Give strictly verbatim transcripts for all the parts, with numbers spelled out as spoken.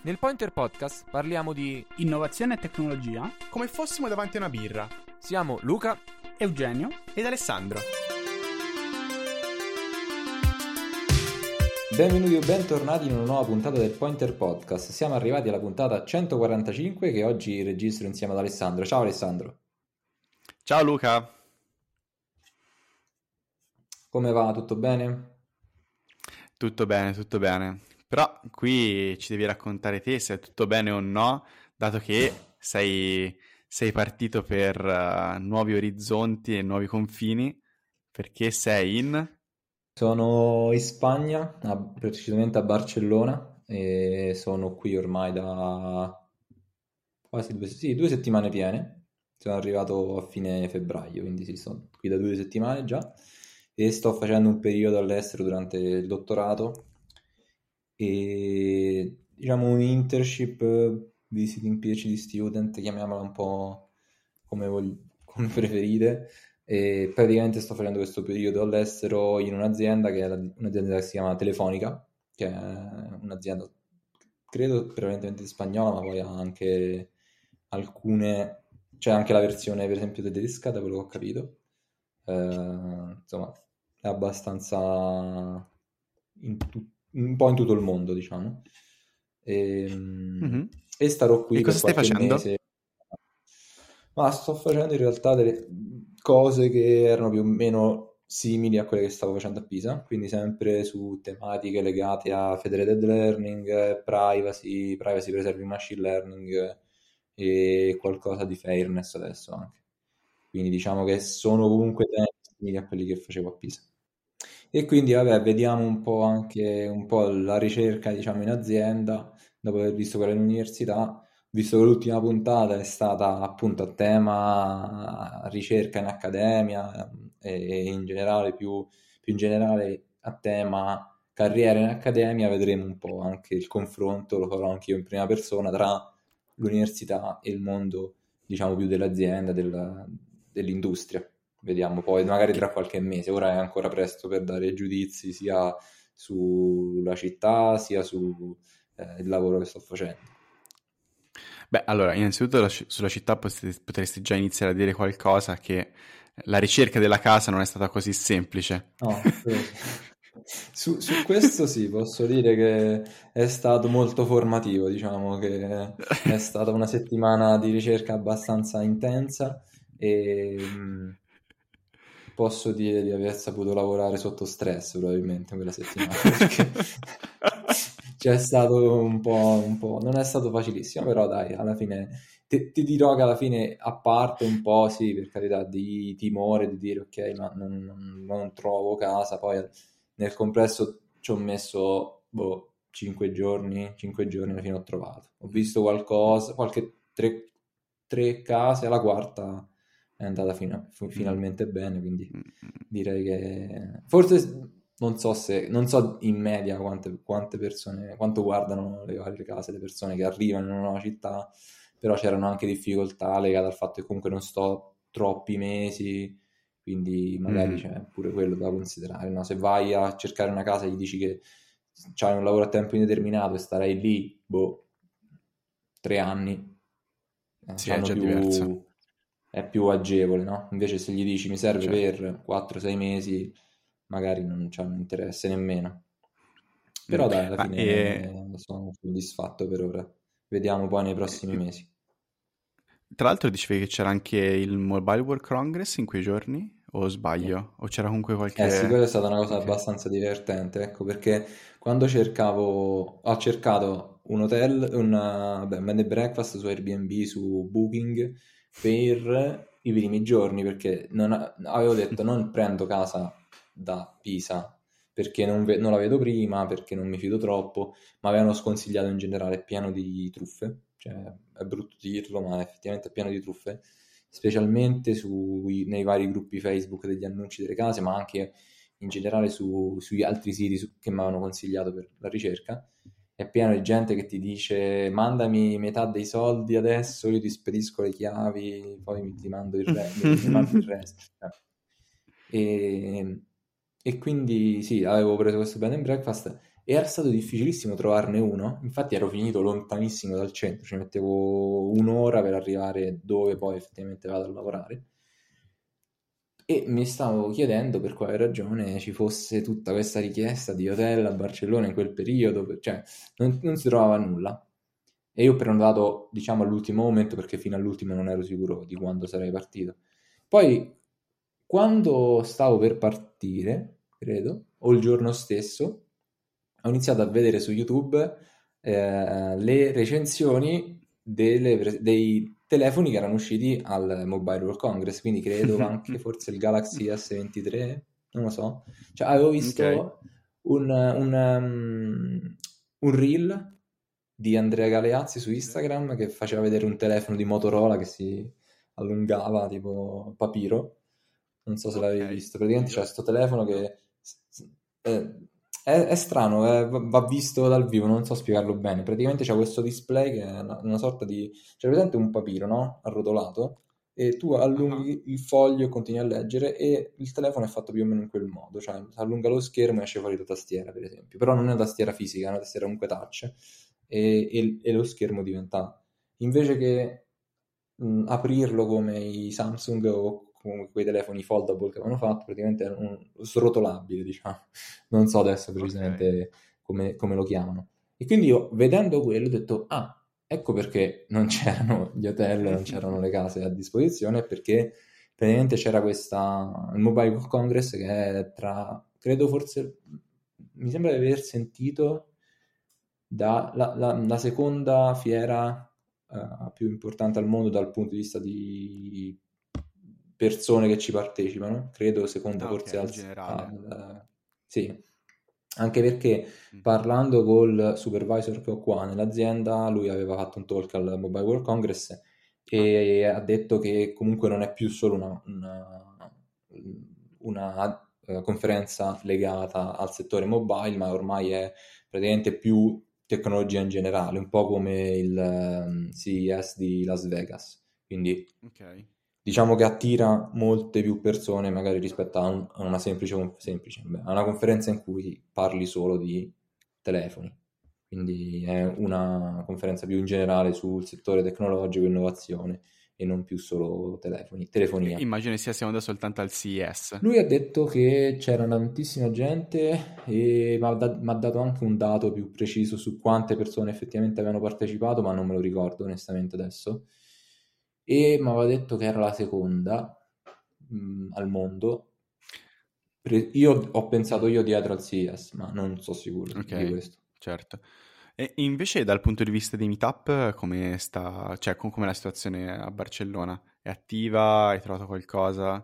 Nel Pointer Podcast parliamo di innovazione e tecnologia come fossimo davanti a una birra. Siamo Luca, Eugenio ed Alessandro. Benvenuti o bentornati in una nuova puntata del Pointer Podcast. Siamo arrivati alla puntata centoquarantacinque che oggi registro insieme ad Alessandro. Ciao Alessandro. Ciao Luca. Come va? Tutto bene? Tutto bene, tutto bene. Però qui ci devi raccontare te se è tutto bene o no, dato che sei, sei partito per uh, nuovi orizzonti e nuovi confini, perché sei in... Sono in Spagna, a, precisamente a Barcellona, e sono qui ormai da quasi due, sì, due settimane piene. Sono arrivato a fine febbraio, quindi sì, sono qui da due settimane già, e sto facendo un periodo all'estero durante il dottorato. E diciamo un internship, visiting PhD student, chiamiamola un po' come, vog- come preferite, e praticamente sto facendo questo periodo all'estero in un'azienda che è la- un'azienda che si chiama Telefonica, che è un'azienda credo prevalentemente spagnola, ma poi ha anche alcune, c'è anche la versione per esempio tedesca, da quello che ho capito. Eh, insomma è abbastanza in tu- un po' in tutto il mondo, diciamo. E, Mm-hmm. e starò qui E per cosa stai qualche facendo? mese. Ma sto facendo in realtà delle cose che erano più o meno simili a quelle che stavo facendo a Pisa, quindi sempre su tematiche legate a federated learning, privacy, privacy preserving machine learning e qualcosa di fairness adesso anche. Quindi diciamo che sono comunque temi simili a quelli che facevo a Pisa. E quindi vabbè, vediamo un po' anche un po' la ricerca, diciamo, in azienda, dopo aver visto quella in università, visto che l'ultima puntata è stata appunto a tema ricerca in accademia e in generale più, più in generale a tema carriera in accademia, vedremo un po' anche il confronto, lo farò anche io in prima persona, tra l'università e il mondo, diciamo, più dell'azienda, del- dell'industria. Vediamo poi, magari tra qualche mese. Ora è ancora presto per dare giudizi sia sulla città sia sul eh, il lavoro che sto facendo. Beh, allora, innanzitutto la- sulla città potresti, potresti già iniziare a dire qualcosa, che la ricerca della casa non è stata così semplice. No, quello sì. Su, su questo sì, posso dire che è stato molto formativo, diciamo che è stata una settimana di ricerca abbastanza intensa e mh, posso dire di aver saputo lavorare sotto stress probabilmente quella settimana perché c'è stato un po', un po', non è stato facilissimo, però dai, alla fine ti, ti dirò che alla fine, a parte un po', sì, per carità, di timore di dire ok, ma non, non- non trovo casa, poi nel complesso ci ho messo boh, cinque giorni, cinque giorni alla fine ho trovato. Ho visto qualcosa, qualche tre, tre case, alla quarta è andata fino- fu- finalmente bene, quindi direi che forse non so se non so in media quante, quante persone, quanto guardano le varie case, le persone che arrivano in una nuova città, però c'erano anche difficoltà legate al fatto che comunque non sto troppi mesi, quindi magari Mm. c'è pure quello da considerare, no? Se vai a cercare una casa e gli dici che c'hai un lavoro a tempo indeterminato e starai lì, boh, tre anni, eh, Sì, è c'hanno già diverso. più, è più agevole, no? Invece se gli dici mi serve Certo. per quattro sei mesi, magari non c'hanno interesse nemmeno. Mm. Però dai, alla Ma e, fine sono soddisfatto per ora. Vediamo poi nei prossimi mesi. tra l'altro dicevi che c'era anche il Mobile World Congress in quei giorni? O Sì. sbaglio? O c'era comunque Eh sì, qualche... quella è stata una cosa Ok. abbastanza divertente, ecco, perché quando cercavo, ho cercato un hotel, un uh, beh, bed and breakfast su Airbnb, su Booking, per i primi giorni, perché non a- avevo detto non prendo casa da Pisa, perché non, ve- non la vedo prima, perché non mi fido troppo, ma avevano sconsigliato in generale, è pieno di truffe, cioè è brutto dirlo, ma effettivamente è pieno di truffe, specialmente sui- nei vari gruppi Facebook degli annunci delle case, ma anche in generale su- sugli altri siti su- che mi avevano consigliato per la ricerca. È pieno di gente che ti dice mandami metà dei soldi adesso, io ti spedisco le chiavi, poi mi, ti mando il re- mi, mi mandi il resto. E, e quindi sì, avevo preso questo bed and breakfast e era stato difficilissimo trovarne uno, infatti ero finito lontanissimo dal centro, ci mettevo un'ora per arrivare dove poi effettivamente vado a lavorare. E mi stavo chiedendo per quale ragione ci fosse tutta questa richiesta di hotel a Barcellona in quel periodo, cioè non, non si trovava nulla. E io ho prenotato, diciamo, all'ultimo momento perché fino all'ultimo non ero sicuro di quando sarei partito. Poi, quando stavo per partire, credo, o il giorno stesso, ho iniziato a vedere su YouTube eh, le recensioni delle- dei telefoni che erano usciti al Mobile World Congress, quindi credo anche forse il Galaxy S ventitré, non lo so. Cioè, avevo visto Ok. un, un, um, un reel di Andrea Galeazzi su Instagram che faceva vedere un telefono di Motorola che si allungava tipo papiro. Non so se l'avevi Ok. visto. Praticamente c'è questo telefono che eh, è, è strano, eh, va va visto dal vivo, non so spiegarlo bene. Praticamente c'è questo display che è una, una sorta di... C'è presente un papiro, no? Arrotolato e tu Ah, allunghi il foglio e continui a leggere e il telefono è fatto più o meno in quel modo, cioè allunga lo schermo e esce fuori la tastiera, per esempio, però non è una tastiera fisica, è una tastiera comunque touch e, e- e lo schermo diventa, invece che mh, aprirlo come i Samsung o come quei telefoni foldable che avevano fatto, praticamente è un srotolabile, diciamo, non so adesso ok. precisamente come, come lo chiamano. E quindi io vedendo quello ho detto, ah, ecco perché non c'erano gli hotel, non c'erano le case a disposizione, perché praticamente c'era questa, il Mobile World Congress che è tra, credo forse, mi sembra di aver sentito da, la, la- la seconda fiera eh, più importante al mondo dal punto di vista di persone che ci partecipano, credo seconda Ah, ok, forse al, in generale. al- sì, anche perché Mhm. parlando col supervisor che ho qua nell'azienda, lui aveva fatto un talk al Mobile World Congress Ah, e ha detto che comunque non è più solo una, una- una, eh, conferenza legata al settore mobile, ma ormai è praticamente più tecnologia in generale, un po' come il ehm, C E S di Las Vegas. Quindi ok. diciamo che attira molte più persone magari rispetto a, un- a una semplice, conf- semplice, beh, a una conferenza in cui parli solo di telefoni. Quindi è Certo. una conferenza più in generale sul settore tecnologico e innovazione e non più solo telefoni, E telefonia. immagino sia siamo soltanto al C E S. Lui ha detto che c'era tantissima gente e mi ha da- m'ha dato anche un dato più preciso su quante persone effettivamente avevano partecipato, ma non me lo ricordo onestamente adesso. E mi aveva detto che era la seconda mh, al mondo. Pre- io ho pensato Mm, io dietro al C E S, ma non sono sicuro di ok, questo. certo. E invece dal punto di vista dei meetup, come sta, cioè com- com'è la situazione a Barcellona? È attiva? Hai trovato qualcosa?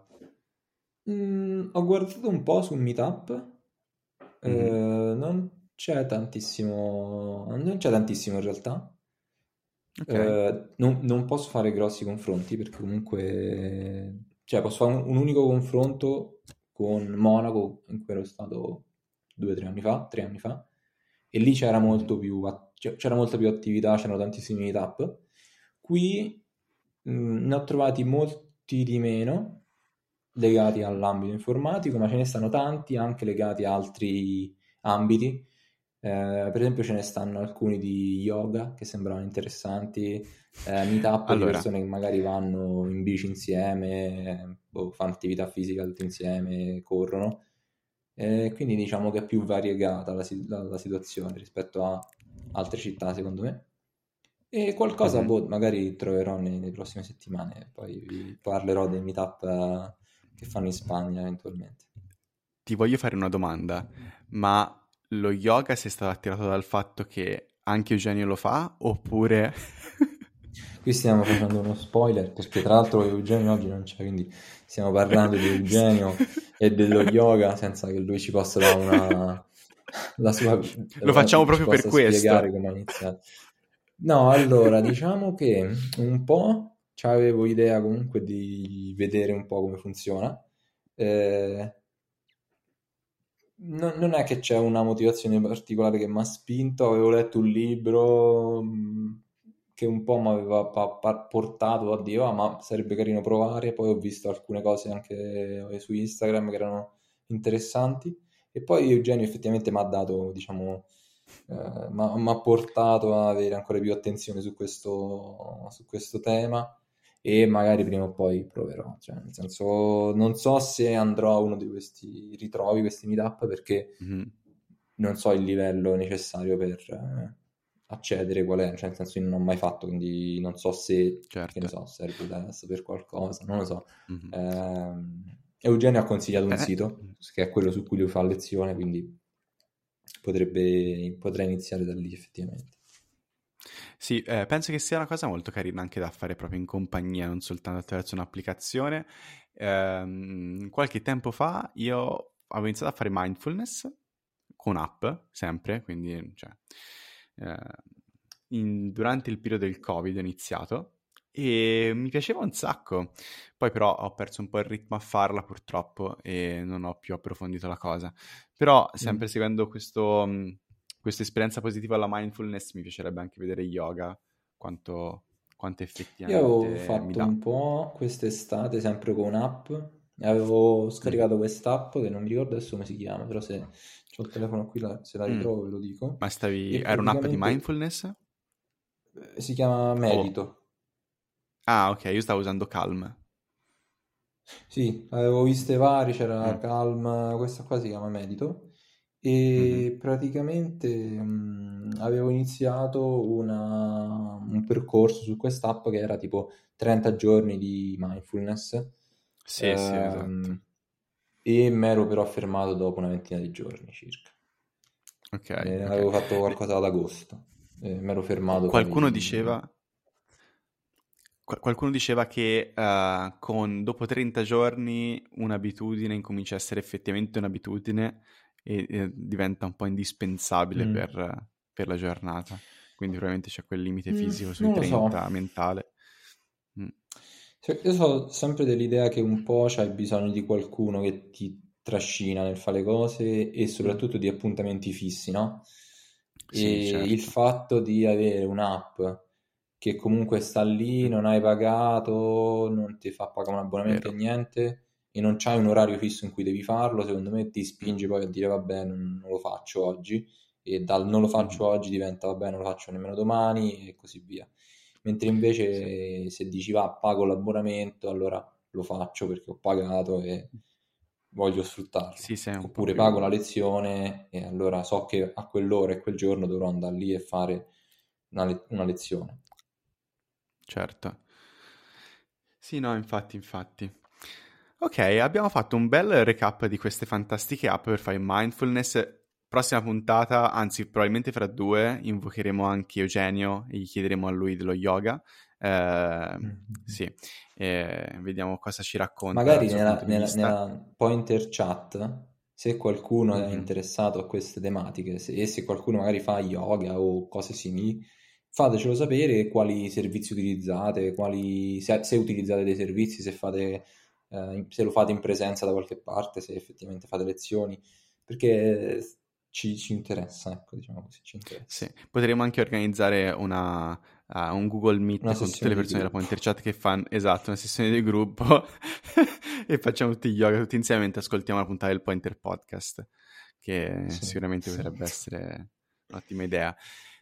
Mm, ho guardato un po' su Meetup, eh, Mhm. non c'è tantissimo, non c'è tantissimo in realtà. Ok. Eh, non, non posso fare grossi confronti perché comunque, cioè posso fare un, un unico confronto con Monaco in cui ero stato due o tre anni fa, tre anni fa, e lì c'era Mhm. molto più, at- cioè, c'era molta più attività, c'erano tantissimi meetup. Qui mh, ne ho trovati molti di meno legati all'ambito informatico, ma ce ne stanno tanti anche legati a altri ambiti. Eh, per esempio, ce ne stanno alcuni di yoga che sembravano interessanti, eh, meetup di Allora, persone che magari vanno in bici insieme, eh, boh, fanno attività fisica tutti insieme, corrono. Eh, quindi diciamo che è più variegata la, si- la- la situazione rispetto a altre città, secondo me. E qualcosa, mhm. boh, magari troverò nei- nelle prossime settimane, poi vi parlerò dei meetup eh, che fanno in Spagna eventualmente. Ti voglio fare una domanda, ma lo yoga sei stato attirato dal fatto che anche Eugenio lo fa oppure... Qui stiamo facendo uno spoiler perché tra l'altro Eugenio oggi non c'è, quindi stiamo parlando di Eugenio e dello yoga senza che lui ci possa dare una... la sua... Lo facciamo ci proprio per possa spiegare questo. come ha iniziato. No, allora, diciamo che un po' avevo idea comunque di vedere un po' come funziona. Eh, non, non è che c'è una motivazione particolare che mi ha spinto, avevo letto un libro mh, che un po' mi aveva pa- pa- portato a dire, "Ah, ma sarebbe carino provare", poi ho visto alcune cose anche eh, su Instagram che erano interessanti E poi Eugenio effettivamente mi ha dato, diciamo, eh, mi ha portato a avere ancora più attenzione su questo, su questo tema e magari prima o poi proverò. Cioè, nel senso, non so se andrò a uno di questi ritrovi, questi meetup, perché Mhm. non so il livello necessario per eh, accedere qual è, cioè nel senso io non ho mai fatto, quindi non so se, che ne Certo. so, serve adesso per qualcosa, non lo so. Mhm. Ehm, Eugenio ha consigliato un Eh, sito, che è quello su cui lui fa lezione, quindi potrebbe, potrei iniziare da lì effettivamente. Sì, eh, penso che sia una cosa molto carina anche da fare proprio in compagnia, non soltanto attraverso un'applicazione. Ehm, qualche tempo fa io avevo iniziato a fare mindfulness con app, sempre, quindi cioè, eh, in- durante il periodo del Covid ho iniziato e mi piaceva un sacco. Poi però ho perso un po' il ritmo a farla purtroppo e non ho più approfondito la cosa. Però sempre Mm. seguendo questo, mh, questa esperienza positiva alla mindfulness mi piacerebbe anche vedere yoga, quanto, quanto Io avevo effettivamente mi fatto dà. un po' quest'estate sempre con un'app, e avevo Mhm. scaricato quest'app che non mi ricordo adesso come si chiama, però se ho il telefono qui la- se la Mm. ritrovo ve lo dico, Ma stavi... e era un'app di praticamente mindfulness? eh, si chiama O... Medito. Ah, ok, io stavo usando Calm. Sì, avevo viste vari, c'era Mm. Calm, questa qua si chiama Medito, Mhm. e praticamente mh, avevo iniziato una- un percorso su quest'app che era tipo trenta giorni di mindfulness, Sì, sì, esatto. ehm, e mi ero però fermato dopo una ventina di giorni circa. Ok, Eh, ok. avevo fatto Le- qualcosa ad agosto, e mi ero fermato Qualcuno poi. diceva... Qual- Qualcuno diceva che eh, con, dopo trenta giorni un'abitudine incomincia a essere effettivamente un'abitudine e, e diventa un po' indispensabile Mm. per, per la giornata. Quindi probabilmente c'è quel limite Mm, fisico sui non lo so. trenta mentale. Mm. Cioè, io sono sempre dell'idea che un po' c'hai bisogno di qualcuno che ti trascina nel fare le cose e Mm. soprattutto di appuntamenti fissi, no? Sì, E il certo, fatto di avere un'app che comunque sta lì, Mm. non hai pagato, non ti fa pagare un abbonamento e Vero. niente, e non c'hai un orario fisso in cui devi farlo, secondo me ti Mm. spinge poi a dire vabbè, non, non lo faccio oggi, e dal non lo Mhm. faccio oggi diventa vabbè, non lo faccio nemmeno domani e così via. Mentre Sì. invece se dici va, pago l'abbonamento, allora lo faccio perché ho pagato e voglio sfruttarlo. Sì, sei un po' Oppure pago la più... lezione e allora so che a quell'ora e quel giorno dovrò andare lì e fare una, le- una lezione. Certo. Sì, no, infatti, infatti. Ok, abbiamo fatto un bel recap di queste fantastiche app per fare mindfulness. Prossima puntata, anzi, probabilmente fra due, invocheremo anche Eugenio e gli chiederemo a lui dello yoga. Eh, Mhm. sì, eh, vediamo cosa ci racconta dal Magari suo nella, punto di nella- vista. nella Pointer Chat, se qualcuno è Mhm. interessato a queste tematiche se- e se qualcuno magari fa yoga o cose simili, fatecelo sapere quali servizi utilizzate, quali, se, se utilizzate dei servizi, se fate, eh, se lo fate in presenza da qualche parte, se effettivamente fate lezioni, perché ci, ci interessa, ecco, diciamo così, ci Sì, interessa. potremmo anche organizzare una, uh, un Google Una Meet con tutte sessione le di persone della gruppo. Pointer Chat che fanno, esatto, una sessione di gruppo e facciamo tutti yoga tutti insieme mentre ascoltiamo la puntata del Pointer Podcast, che Sì, sicuramente sì. potrebbe essere un'ottima idea.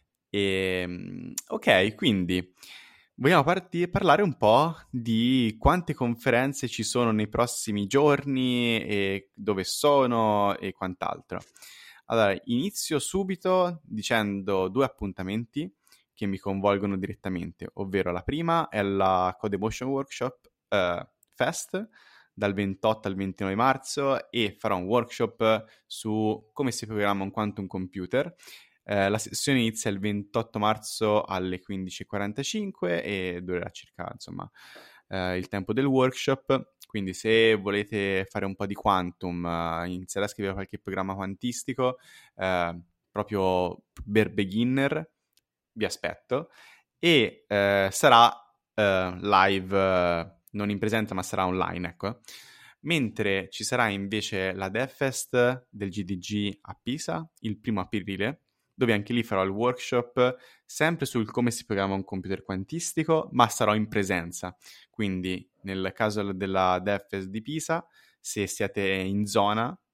E, ok, quindi vogliamo parti- parlare un po' di quante conferenze ci sono nei prossimi giorni e dove sono e quant'altro. Allora, inizio subito dicendo due appuntamenti che mi coinvolgono direttamente, ovvero la prima è la Codemotion Workshop eh, Fest dal ventotto al ventinove marzo e farò un workshop su come si programma un quantum computer. Eh, la sessione inizia il ventotto marzo alle quindici e quarantacinque e durerà circa, insomma, eh, il tempo del workshop. Quindi se volete fare un po' di quantum, eh, iniziare a scrivere qualche programma quantistico, eh, proprio per beginner, vi aspetto. E eh, sarà eh, live, eh, non in presenza, ma sarà online, ecco. Mentre ci sarà invece la DevFest del G D G a Pisa il primo aprile, dove anche lì farò il workshop sempre sul come si programma un computer quantistico, ma sarò in presenza. Quindi nel caso della DevFest di Pisa, se siete in zona,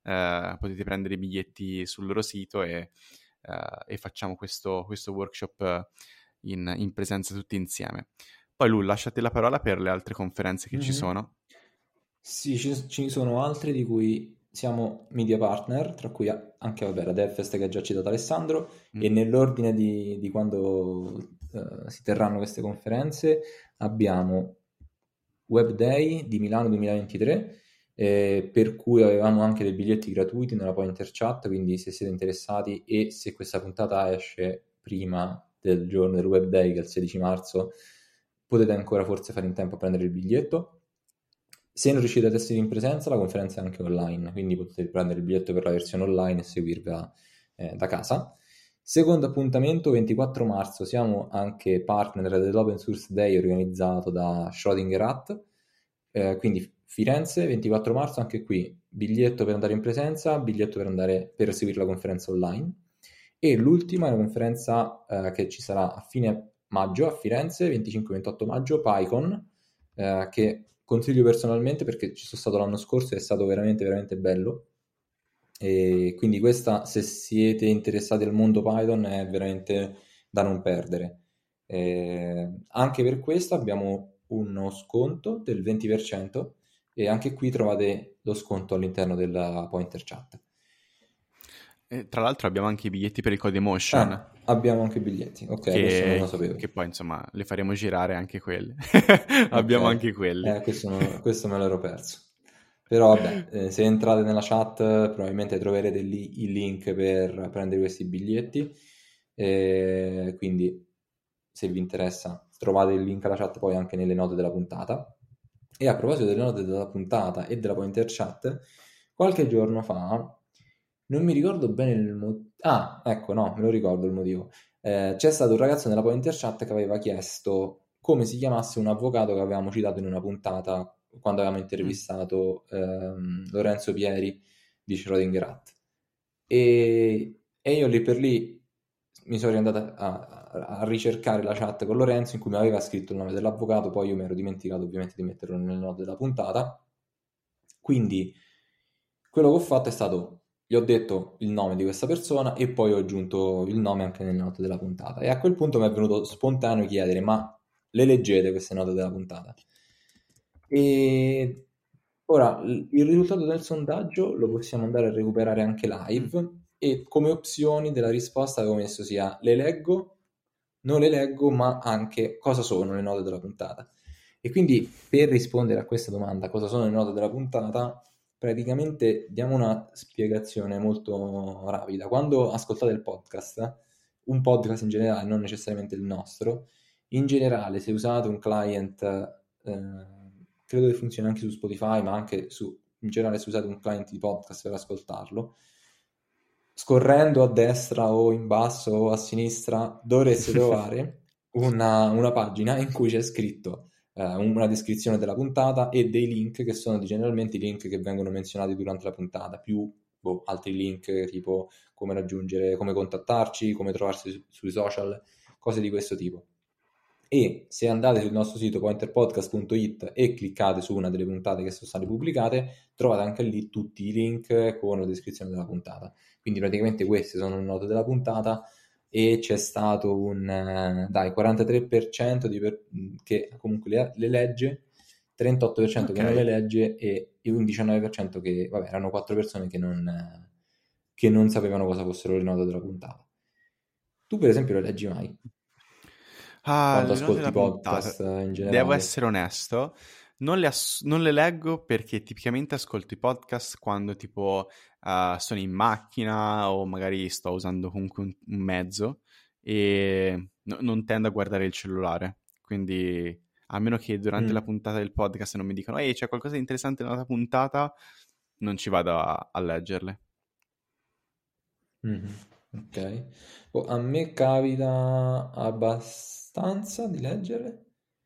eh, potete prendere i biglietti sul loro sito e, eh, e facciamo questo, questo workshop in, in presenza tutti insieme. Poi Lu, lasciate la parola per le altre conferenze che Mhm. ci sono. Sì, ci, ci sono altre di cui siamo media partner, tra cui a- anche vabbè, la Devfest che ha già citato Alessandro, Mm. e nell'ordine di, di quando eh, si terranno queste conferenze abbiamo Web Day di Milano duemilaventitré, eh, per cui avevamo anche dei biglietti gratuiti nella Pointer Chat, quindi se siete interessati e se questa puntata esce prima del giorno del Web Day, che è il sedici marzo, potete ancora forse fare in tempo a prendere il biglietto. Se non riuscite ad essere in presenza, la conferenza è anche online, quindi potete prendere il biglietto per la versione online e seguirla eh, da casa. Secondo appuntamento, ventiquattro marzo, siamo anche partner dell'Open Source Day organizzato da Schrödinger Hat, eh, quindi Firenze, ventiquattro marzo, anche qui biglietto per andare in presenza, biglietto per andare per seguire la conferenza online. E l'ultima è una conferenza eh, che ci sarà a fine maggio a Firenze, venticinque ventotto maggio, PyCon, eh, che consiglio personalmente perché ci sono stato l'anno scorso e è stato veramente veramente bello. E quindi questa, se siete interessati al mondo Python, è veramente da non perdere. Eh, anche per questo abbiamo uno sconto del venti per cento e anche qui trovate lo sconto all'interno della Pointer Chat. E tra l'altro abbiamo anche i biglietti per il Codemotion, Ah, abbiamo anche i biglietti. Ok, questo non lo che, sapevo. che poi insomma le faremo girare anche quelli. Abbiamo Ok. anche quelli. Eh, questo, non- questo me l'ero perso. Però vabbè, eh, se entrate nella chat eh, probabilmente troverete lì il link per prendere questi biglietti. Eh, quindi se vi interessa trovate il link alla chat poi anche nelle note della puntata. E a proposito delle note della puntata e della Pointer Chat, qualche giorno fa, non mi ricordo bene il motivo. Ah, ecco, no, me lo ricordo il motivo. Eh, c'è stato un ragazzo nella Pointer Chat che aveva chiesto come si chiamasse un avvocato che avevamo citato in una puntata quando avevamo intervistato ehm, Lorenzo Pieri di Schrödinger Hat. E, e io lì per lì mi sono riandato a, a, a ricercare la chat con Lorenzo in cui mi aveva scritto il nome dell'avvocato, poi io mi ero dimenticato ovviamente di metterlo nelle note della puntata. Quindi quello che ho fatto è stato, gli ho detto il nome di questa persona e poi ho aggiunto il nome anche nelle note della puntata. E a quel punto mi è venuto spontaneo chiedere, ma le leggete queste note della puntata? E ora l- il risultato del sondaggio lo possiamo andare a recuperare anche live e come opzioni della risposta avevo messo sia le leggo, non le leggo, ma anche cosa sono le note della puntata. E quindi per rispondere a questa domanda, cosa sono le note della puntata, praticamente diamo una spiegazione molto rapida. Quando ascoltate il podcast, un podcast in generale, non necessariamente il nostro, in generale se usate un client, eh, credo che funzioni anche su Spotify, ma anche su, in generale se usate un client di podcast per ascoltarlo, scorrendo a destra o in basso o a sinistra dovreste trovare una, una pagina in cui c'è scritto eh, una descrizione della puntata e dei link che sono generalmente i link che vengono menzionati durante la puntata, più boh, altri link tipo come raggiungere, come contattarci, come trovarsi su- sui social, cose di questo tipo. E se andate sul nostro sito pointerpodcast punto it e cliccate su una delle puntate che sono state pubblicate, trovate anche lì tutti i link con la descrizione della puntata. Quindi praticamente queste sono le note della puntata e c'è stato un eh, dai quarantatré per cento di per- che comunque le, le legge, trentotto per cento che non le Ok. legge e un diciannove per cento che, vabbè, erano quattro persone che non, eh, che non sapevano cosa fossero le note della puntata. Tu per esempio le leggi mai? Ah, Quando le note ascolti della puntata. podcast eh, in Devo generale? essere onesto, non le, ass- non le leggo perché tipicamente ascolto i podcast quando tipo eh, sono in macchina o magari sto usando comunque un, un mezzo e no- non tendo a guardare il cellulare. Quindi, a meno che durante la Mm. puntata del podcast non mi dicono ehi, c'è qualcosa di interessante nella puntata, non ci vado a, a leggerle. Mhm. Ok. Boh, a me capita abbastanza di leggere,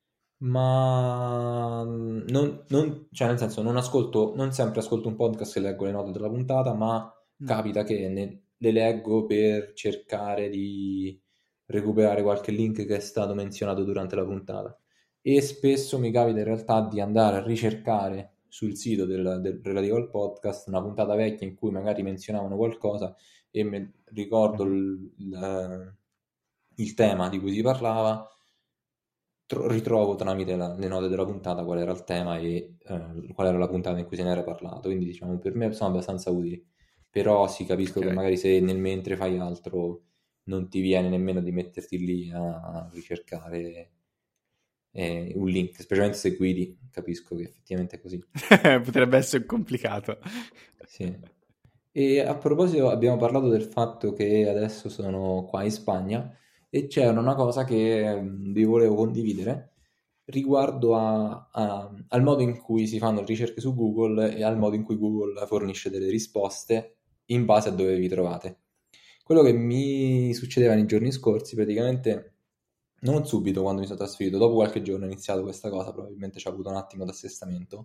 ma non, non- cioè nel senso non ascolto, non sempre ascolto un podcast e leggo le note della puntata, ma Mm. capita che ne- le leggo per cercare di recuperare qualche link che è stato menzionato durante la puntata. E spesso mi capita in realtà di andare a ricercare sul sito del, del relativo al podcast una puntata vecchia in cui magari menzionavano qualcosa e me ricordo il, il, il tema di cui si parlava, tro- ritrovo tramite la, le note della puntata qual era il tema e eh, qual era la puntata in cui se ne era parlato, quindi diciamo per me sono abbastanza utili, però sì, capisco Ok. che magari se nel mentre fai altro non ti viene nemmeno di metterti lì a, a ricercare eh, un link, specialmente se guidi, capisco che effettivamente è così. Potrebbe essere complicato. Sì. E a proposito, abbiamo parlato del fatto che adesso sono qua in Spagna e c'era una cosa che mm, vi volevo condividere riguardo a- a- al modo in cui si fanno ricerche su Google e al modo in cui Google fornisce delle risposte in base a dove vi trovate. Quello che mi succedeva nei giorni scorsi, praticamente, non subito quando mi sono trasferito, dopo qualche giorno ho iniziato questa cosa, probabilmente ci ha avuto un attimo d'assestamento.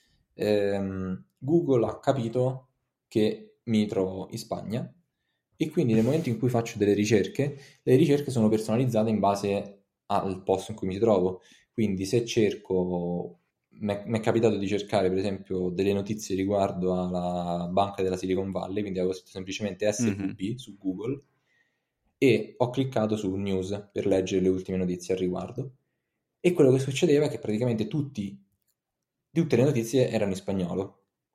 Ehm, Google ha capito che mi trovo in Spagna e quindi nel momento in cui faccio delle ricerche, le ricerche sono personalizzate in base al posto in cui mi trovo. Quindi se cerco, mi è, mi è capitato di cercare per esempio delle notizie riguardo alla banca della Silicon Valley, quindi avevo scritto semplicemente S V B Mhm. su Google e ho cliccato su News per leggere le ultime notizie al riguardo. E quello che succedeva è che praticamente tutti, tutte le notizie erano in spagnolo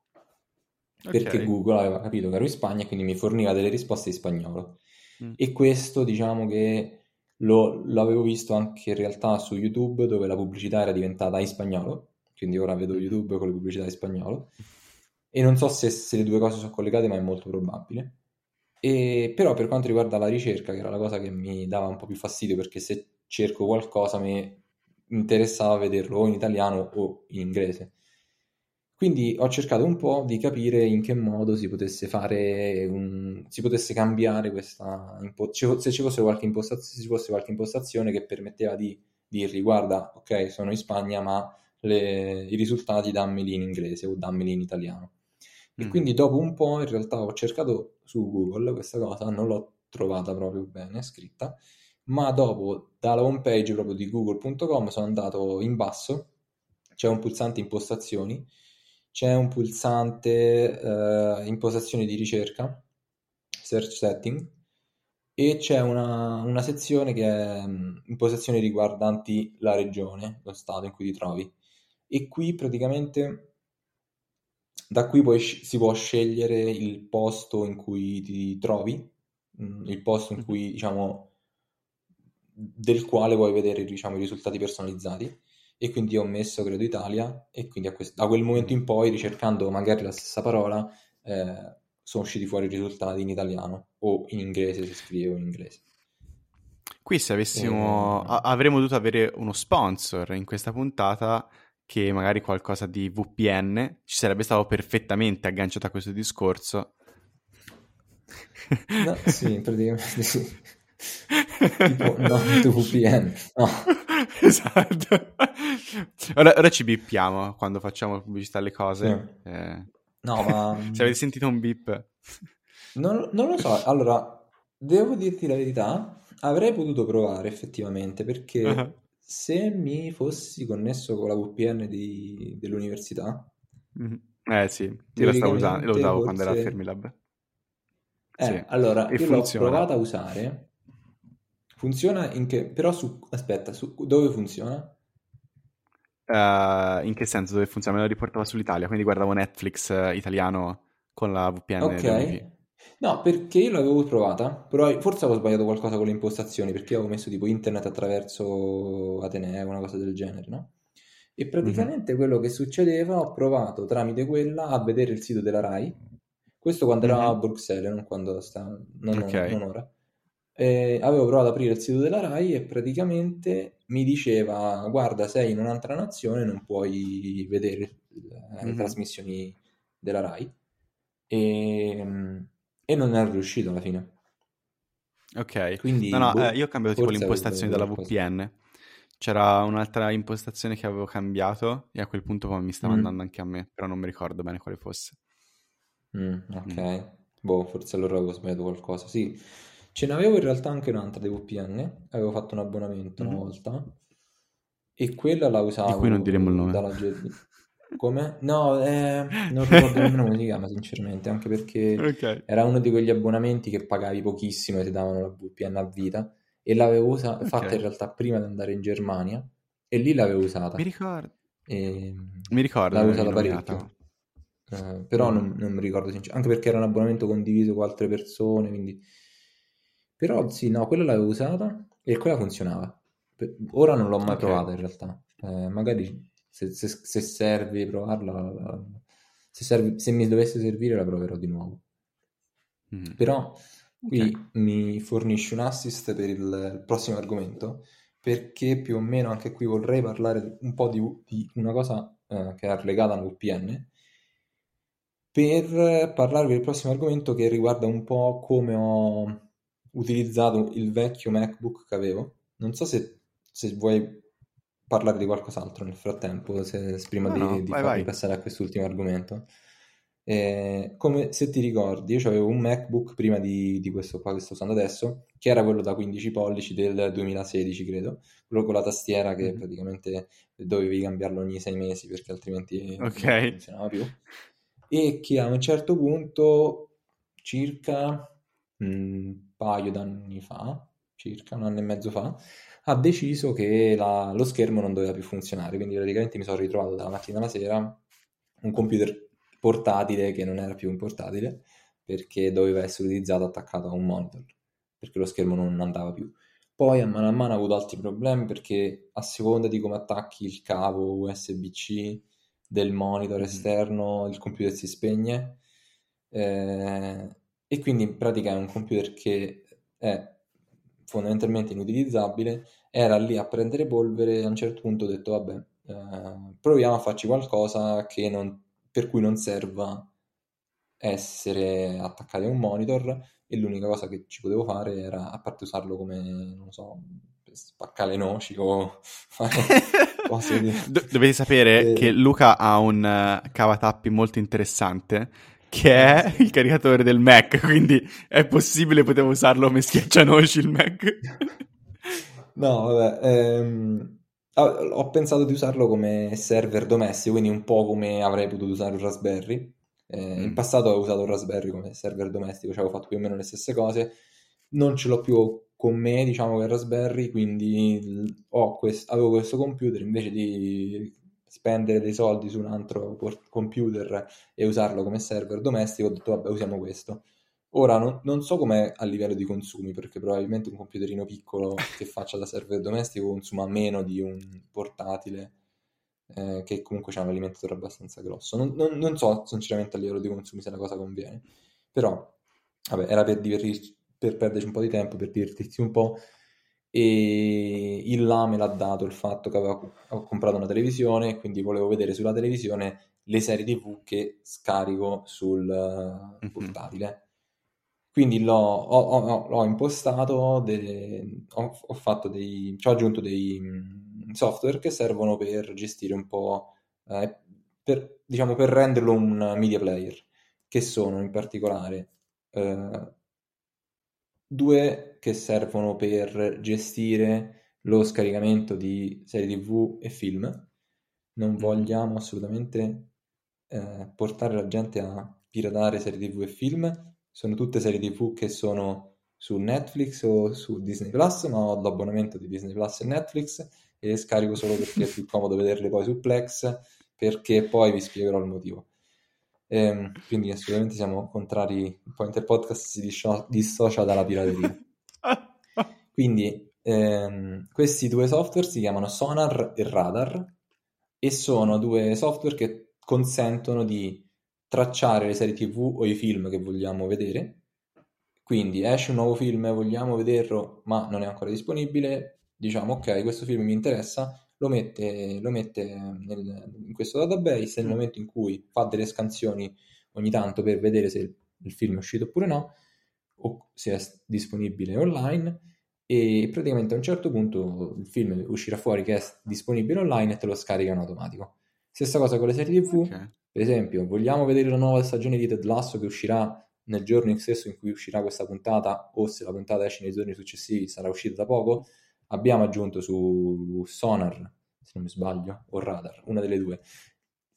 perché Ok. Google aveva capito che ero in Spagna e quindi mi forniva delle risposte in spagnolo. Mm. E questo, diciamo che lo, l'avevo visto anche in realtà su YouTube, dove la pubblicità era diventata in spagnolo, quindi ora vedo Mhm. YouTube con le pubblicità in spagnolo. E non so se, se le due cose sono collegate, ma è molto probabile. E, però per quanto riguarda la ricerca, che era la cosa che mi dava un po' più fastidio, perché se cerco qualcosa mi interessava vederlo o in italiano o in inglese. Quindi ho cercato un po' di capire in che modo si potesse fare un, si potesse cambiare questa impo- ci fo- se ci fosse qualche impostaz- se ci fosse qualche impostazione che permetteva di dirgli guarda, ok, sono in Spagna, ma le- i risultati dammeli in inglese o dammeli in italiano. E Mhm. quindi dopo un po' in realtà ho cercato su Google questa cosa, non l'ho trovata proprio bene scritta, ma dopo dalla home page proprio di google punto com sono andato in basso, c'è un pulsante impostazioni, c'è un pulsante eh, impostazioni di ricerca, search setting, e c'è una, una sezione che è mh, impostazioni riguardanti la regione, lo stato in cui ti trovi. E qui praticamente da qui puoi sc- si può scegliere il posto in cui ti trovi, mh, il posto in Mhm. cui, diciamo, del quale vuoi vedere, diciamo, i risultati personalizzati. E quindi ho messo, credo, Italia, e quindi a quest- da quel momento Mhm. in poi, ricercando magari la stessa parola, eh, sono usciti fuori i risultati in italiano o in inglese se scrivevo in inglese. Qui se avessimo, E- a- avremmo dovuto avere uno sponsor in questa puntata che magari qualcosa di V P N ci sarebbe stato perfettamente agganciato a questo discorso. No, sì, praticamente sì. Tipo NordVPN. No. Esatto. Ora, ora ci bippiamo quando facciamo pubblicità alle Sì. cose. Eh. No, ma Se avete sentito un beep. non, non lo so. Allora, devo dirti la verità, avrei potuto provare effettivamente Ah. perché se mi fossi connesso con la V P N di- dell'università, Mhm. Eh sì, io lo stavo usando, lo teoricamente usavo quando era al forse... Fermilab. Sì, Eh, allora, e io l'ho funziona. provata a usare. Funziona in che... Però su... Aspetta, su... dove funziona? Eh, in che senso? Dove funziona? Me lo riportava sull'Italia, quindi guardavo Netflix eh, italiano con la V P N dell'U N V. Ok. No, perché io l'avevo provata, però forse avevo sbagliato qualcosa con le impostazioni, perché io avevo messo tipo internet attraverso Ateneo, una cosa del genere, no? E Mhm. praticamente quello che succedeva, ho provato tramite quella a vedere il sito della Rai, questo quando era a Mhm. Bruxelles, non quando sta, non, Ok. non ora. E avevo provato ad aprire il sito della Rai e praticamente mi diceva, guarda, sei in un'altra nazione, non puoi vedere eh, le Mhm. trasmissioni della Rai e, e non ero riuscito alla fine. Ok. No, Quindi, no, eh, io ho boh, cambiato tipo forse avevo l'impostazione sbagliato della qualcosa. V P N. C'era un'altra impostazione che avevo cambiato e a quel punto poi mi stava andando Mm, anche a me, però non mi ricordo bene quale fosse. mm, ok, Mm. boh, forse allora avevo sbagliato qualcosa. Sì, ce n'avevo in realtà anche un'altra di V P N, avevo fatto un abbonamento una Mhm. volta e quella la Di cui non diremo il usavo nome. dalla Germania. Come? No, eh, non ricordo nemmeno come si chiama, sinceramente, anche perché Ok, era uno di quegli abbonamenti che pagavi pochissimo e ti davano la V P N a vita e l'avevo usa- fatta in ok. realtà prima di andare in Germania e lì l'avevo Mi usata ricordo, e mi ricordo l'avevo l'avevi usata nominata. parecchio. Eh, però Mhm. non, non mi ricordo sinceramente, anche perché era un abbonamento condiviso con altre persone, quindi... Però sì, no, quella l'avevo usata e quella funzionava. Per- Ora non l'ho mai Ok. provata in realtà. Eh, magari se, se, se serve provarla, la- la- se, serve- se mi dovesse servire la proverò di nuovo. Mhm. Però Ok. qui mi fornisce un assist per il, il prossimo argomento, perché più o meno anche qui vorrei parlare un po' di, di una cosa eh, che è legata a una V P N, per parlarvi del prossimo argomento che riguarda un po' come ho utilizzato il vecchio MacBook che avevo. Non so se, se vuoi parlare di qualcos'altro nel frattempo, se, prima No, no, di, di vai, farmi vai. passare a quest'ultimo argomento. Eh, come se ti ricordi, io avevo un MacBook prima di, di questo qua che sto usando adesso, che era quello da quindici pollici del duemilasedici, credo, quello con la tastiera che Mhm. praticamente dovevi cambiarlo ogni sei mesi perché altrimenti Ok. non funzionava più e che a un certo punto, circa un paio d'anni fa, circa un anno e mezzo fa, ha deciso che la- lo schermo non doveva più funzionare, quindi praticamente mi sono ritrovato dalla mattina alla sera un computer portatile che non era più un portatile perché doveva essere utilizzato attaccato a un monitor, perché lo schermo non andava più. Poi a mano a mano ho avuto altri problemi perché a seconda di come attacchi il cavo U S B-C del monitor Mhm. esterno, il computer si spegne eh, e quindi in pratica è un computer che è fondamentalmente inutilizzabile. Era lì a prendere polvere e a un certo punto ho detto vabbè, eh, proviamo a farci qualcosa che non- per cui non serva essere attaccati a un monitor e l'unica cosa che ci potevo fare era, a parte usarlo come, non so, per spaccare le noci o fare cose di... Do- dovete sapere che de- Luca ha un eh, cavatappi molto interessante che eh, è sì. il caricatore del Mac, quindi è possibile potevo usarlo come schiaccianoci il Mac. No, vabbè, ehm, ho ho pensato di usarlo come server domestico, quindi un po' come avrei potuto usare un Raspberry. Eh, in Mm. passato ho usato un Raspberry come server domestico, ci avevo fatto più o meno le stesse cose. Non ce l'ho più con me, diciamo, che il Raspberry, quindi l- ho quest- avevo questo computer invece di spendere dei soldi su un altro por- computer e usarlo come server domestico, ho detto vabbè, usiamo questo. Ora non, non so com'è a livello di consumi, perché probabilmente un computerino piccolo che faccia da server domestico consuma meno di un portatile, eh, che comunque ha un alimentatore abbastanza grosso. Non, non- non so sinceramente a livello di consumi se la cosa conviene, però vabbè, era per divertirci, per perderci un po' di tempo, per divertirsi un po', e il là me l'ha dato il fatto che avevo, ho comprato una televisione e quindi volevo vedere sulla televisione le serie T V che scarico sul eh, Mhm. portatile. Quindi l'ho, ho, ho- l'ho impostato, de- ho, ho fatto dei, ci ho aggiunto dei mm, software che servono per gestire un po', eh, per, diciamo, per renderlo un media player, che sono in particolare eh, due che servono per gestire lo scaricamento di serie T V e film. Non Mhm. vogliamo assolutamente eh, portare la gente a piratare serie T V e film. Sono tutte serie T V che sono su Netflix o su Disney Plus, ma ho l'abbonamento di Disney Plus e Netflix e le scarico solo perché è più comodo vederle poi su Plex, perché poi vi spiegherò il motivo. Ehm, quindi assolutamente siamo contrari, il Pointer Podcast si discio- dissocia dalla pirateria. Quindi ehm, questi due software si chiamano Sonar e Radar e sono due software che consentono di tracciare le serie T V o i film che vogliamo vedere. Quindi esce un nuovo film, vogliamo vederlo, ma non è ancora disponibile. Diciamo, ok, questo film mi interessa, lo mette, lo mette nel- in questo database. Nel momento in cui fa delle scansioni ogni tanto per vedere se il film è uscito oppure no, o se è s- disponibile online, e praticamente a un certo punto il film uscirà fuori che è s- disponibile online e te lo scarica in automatico. Stessa cosa con le serie T V, Ok. per esempio, vogliamo vedere la nuova stagione di Ted Lasso che uscirà nel giorno stesso in cui uscirà questa puntata, o se la puntata esce nei giorni successivi, sarà uscita da poco. Abbiamo aggiunto su Sonar, se non mi sbaglio, o Radar, una delle due,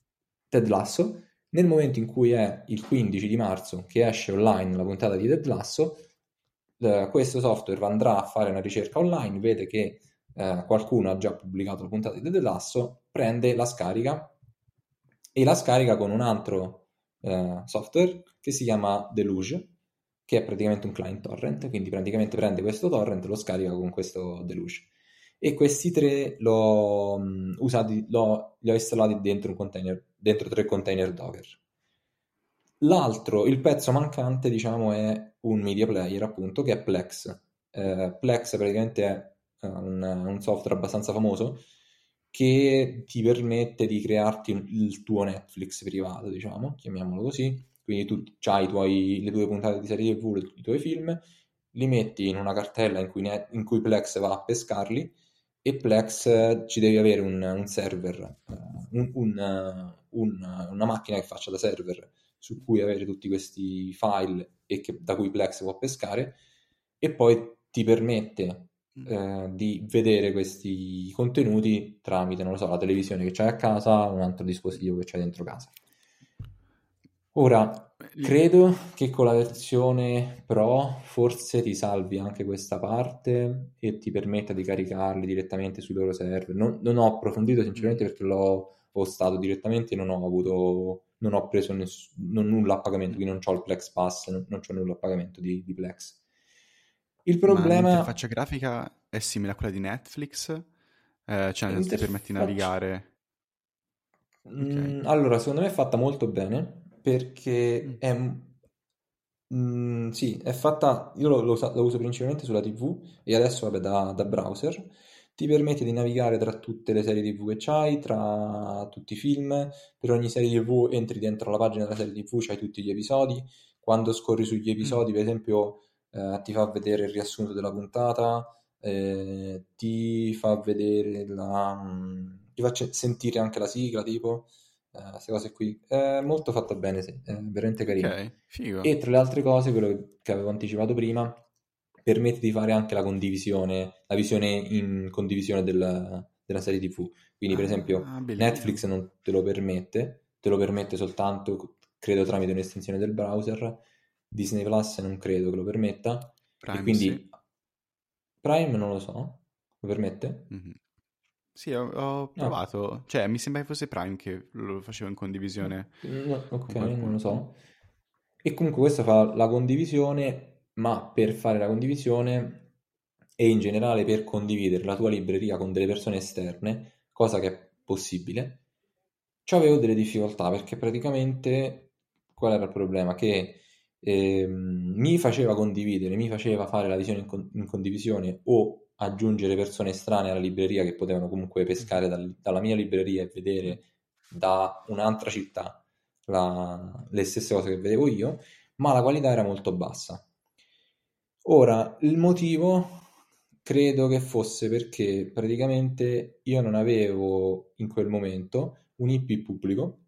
Ted Lasso. Nel momento in cui è il quindici di marzo che esce online la puntata di Ted Lasso, eh, questo software andrà a fare una ricerca online, vede che eh, qualcuno ha già pubblicato la puntata di Ted Lasso, prende la scarica e la scarica con un altro eh, software che si chiama Deluge, che è praticamente un client torrent, quindi praticamente prende questo torrent e lo scarica con questo Deluge. E questi tre l'ho um, usati, l'ho, li ho installati dentro un container, dentro tre container Docker. L'altro, il pezzo mancante, diciamo, è un media player, appunto, che è Plex. Eh, Plex praticamente è uh, un, un software abbastanza famoso che ti permette di crearti un, il tuo Netflix privato, diciamo, chiamiamolo così. Quindi tu hai i tuoi, le tue puntate di serie T V, le, i tuoi film, li metti in una cartella in cui, ne, in cui Plex va a pescarli, e Plex ci devi avere un, un server, un, un, un, una macchina che faccia da server su cui avere tutti questi file e che, da cui Plex può pescare, e poi ti permette eh, di vedere questi contenuti tramite, non lo so, la televisione che c'hai a casa o un altro dispositivo che c'hai dentro casa. Ora, credo che con la versione Pro forse ti salvi anche questa parte e ti permetta di caricarli direttamente sui loro server. Non, non ho approfondito sinceramente perché l'ho postato direttamente e non ho avuto, non ho preso ness- non, nulla a pagamento, quindi non ho il Plex Pass, non, non ho nulla a pagamento di, di Plex. Il Ma problema... l'interfaccia grafica è simile a quella di Netflix? Eh, cioè, nel senso, ti permette di navigare? Mm, Ok. allora, secondo me è fatta molto bene perché Mm. è... mm, sì, è fatta... Io lo, lo usa- lo uso principalmente sulla T V e adesso, vabbè, da, da browser. Ti permette di navigare tra tutte le serie T V che c'hai, tra tutti i film. Per ogni serie T V entri dentro la pagina della serie T V, c'hai tutti gli episodi. Quando scorri sugli Mm. episodi, per esempio, eh, ti fa vedere il riassunto della puntata, eh, ti fa vedere la... mm, ti fa ce- sentire anche la sigla, tipo, eh, queste cose qui. È molto fatta bene, sì, è veramente carino. Ok, figo. E tra le altre cose, quello che avevo anticipato prima, permette di fare anche la condivisione, la visione in condivisione del- della serie T V. Quindi, per esempio, Ah, bellino. Netflix non te lo permette, te lo permette soltanto, credo, tramite un'estensione del browser. Disney Plus non credo che lo permetta. E Prime, sì. quindi Prime non lo so, lo permette? Mhm. Sì, ho, ho No. provato. Cioè, mi sembra che fosse Prime che lo facevo in No, condivisione no, ok, con non lo qualcuno. Mm. so. E comunque questo fa la condivisione, ma per fare la condivisione e in generale per condividere la tua libreria con delle persone esterne, cosa che è possibile, ci avevo delle difficoltà perché praticamente qual era il problema? Che ehm, mi faceva condividere, mi faceva fare la visione in, con- in condivisione o aggiungere persone estranee alla libreria che potevano comunque Mhm. pescare dal- dalla mia libreria e vedere da un'altra città la- le stesse cose che vedevo io, ma la qualità era molto bassa. Ora, il motivo credo che fosse perché praticamente io non avevo in quel momento un I P pubblico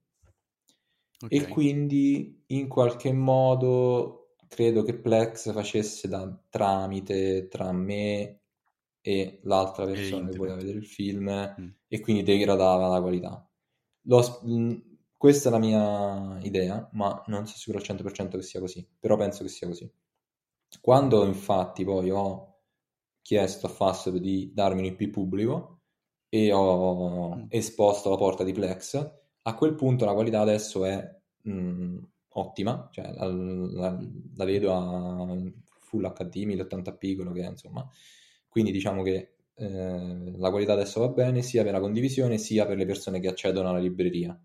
e Ok. quindi in qualche modo credo che Plex facesse da tramite tra me e l'altra E persona che voleva internet. vedere il film Mm. e quindi degradava la qualità. L'ho sp- mh, questa è la mia idea, ma non sono sicuro al cento per cento che sia così, però penso che sia così. Quando infatti poi ho chiesto a Fastweb di darmi un I P pubblico e ho Mm. esposto la porta di Plex, a quel punto la qualità adesso è mh, ottima, cioè la, la- Mm. la vedo a Full H D, mille ottanta p, quello che è, insomma. Quindi diciamo che eh, la qualità adesso va bene sia per la condivisione sia per le persone che accedono alla libreria.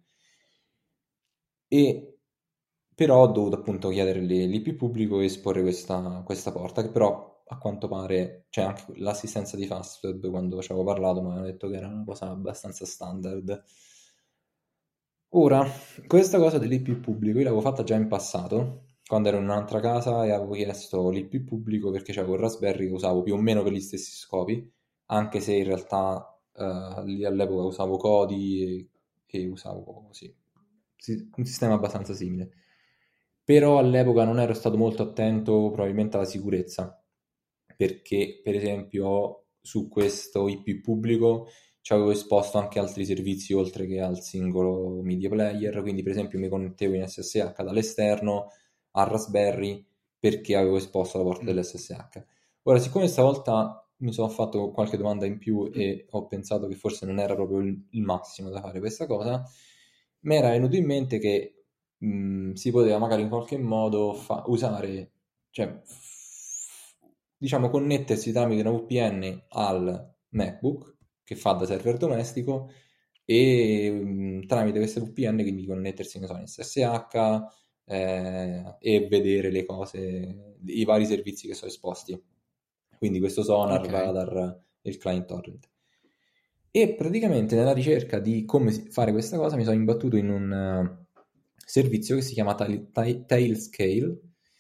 E però ho dovuto appunto chiedere l'I P pubblico e esporre questa, questa porta, che però a quanto pare, cioè anche l'assistenza di Fastweb quando ci avevo parlato mi aveva detto che era una cosa abbastanza standard. Ora, questa cosa dell'I P pubblico io l'avevo fatta già in passato, quando ero in un'altra casa e avevo chiesto l'I P pubblico perché c'avevo il Raspberry che usavo più o meno per gli stessi scopi, anche se in realtà eh, lì all'epoca usavo Kodi e, e usavo sì, sì, un sistema abbastanza simile. Però all'epoca non ero stato molto attento probabilmente alla sicurezza, perché per esempio su questo I P pubblico ci avevo esposto anche altri servizi oltre che al singolo media player, quindi per esempio mi connettevo in S S H dall'esterno a Raspberry perché avevo esposto la porta Mm. dell'S S H. Ora, siccome stavolta mi sono fatto qualche domanda in più e ho pensato che forse non era proprio il, il massimo da fare questa cosa, mi era venuto in mente che mh, si poteva magari in qualche modo fa- usare, cioè, f- diciamo, connettersi tramite una V P N al MacBook che fa da server domestico e mh, tramite queste V P N quindi connettersi, ne so, in S S H eh, e vedere le cose, i vari servizi che sono esposti. Quindi questo Sonar, Ok. Radar e il client torrent. E praticamente nella ricerca di come si- fare questa cosa mi sono imbattuto in un eh, servizio che si chiama Tail- Tail- Tailscale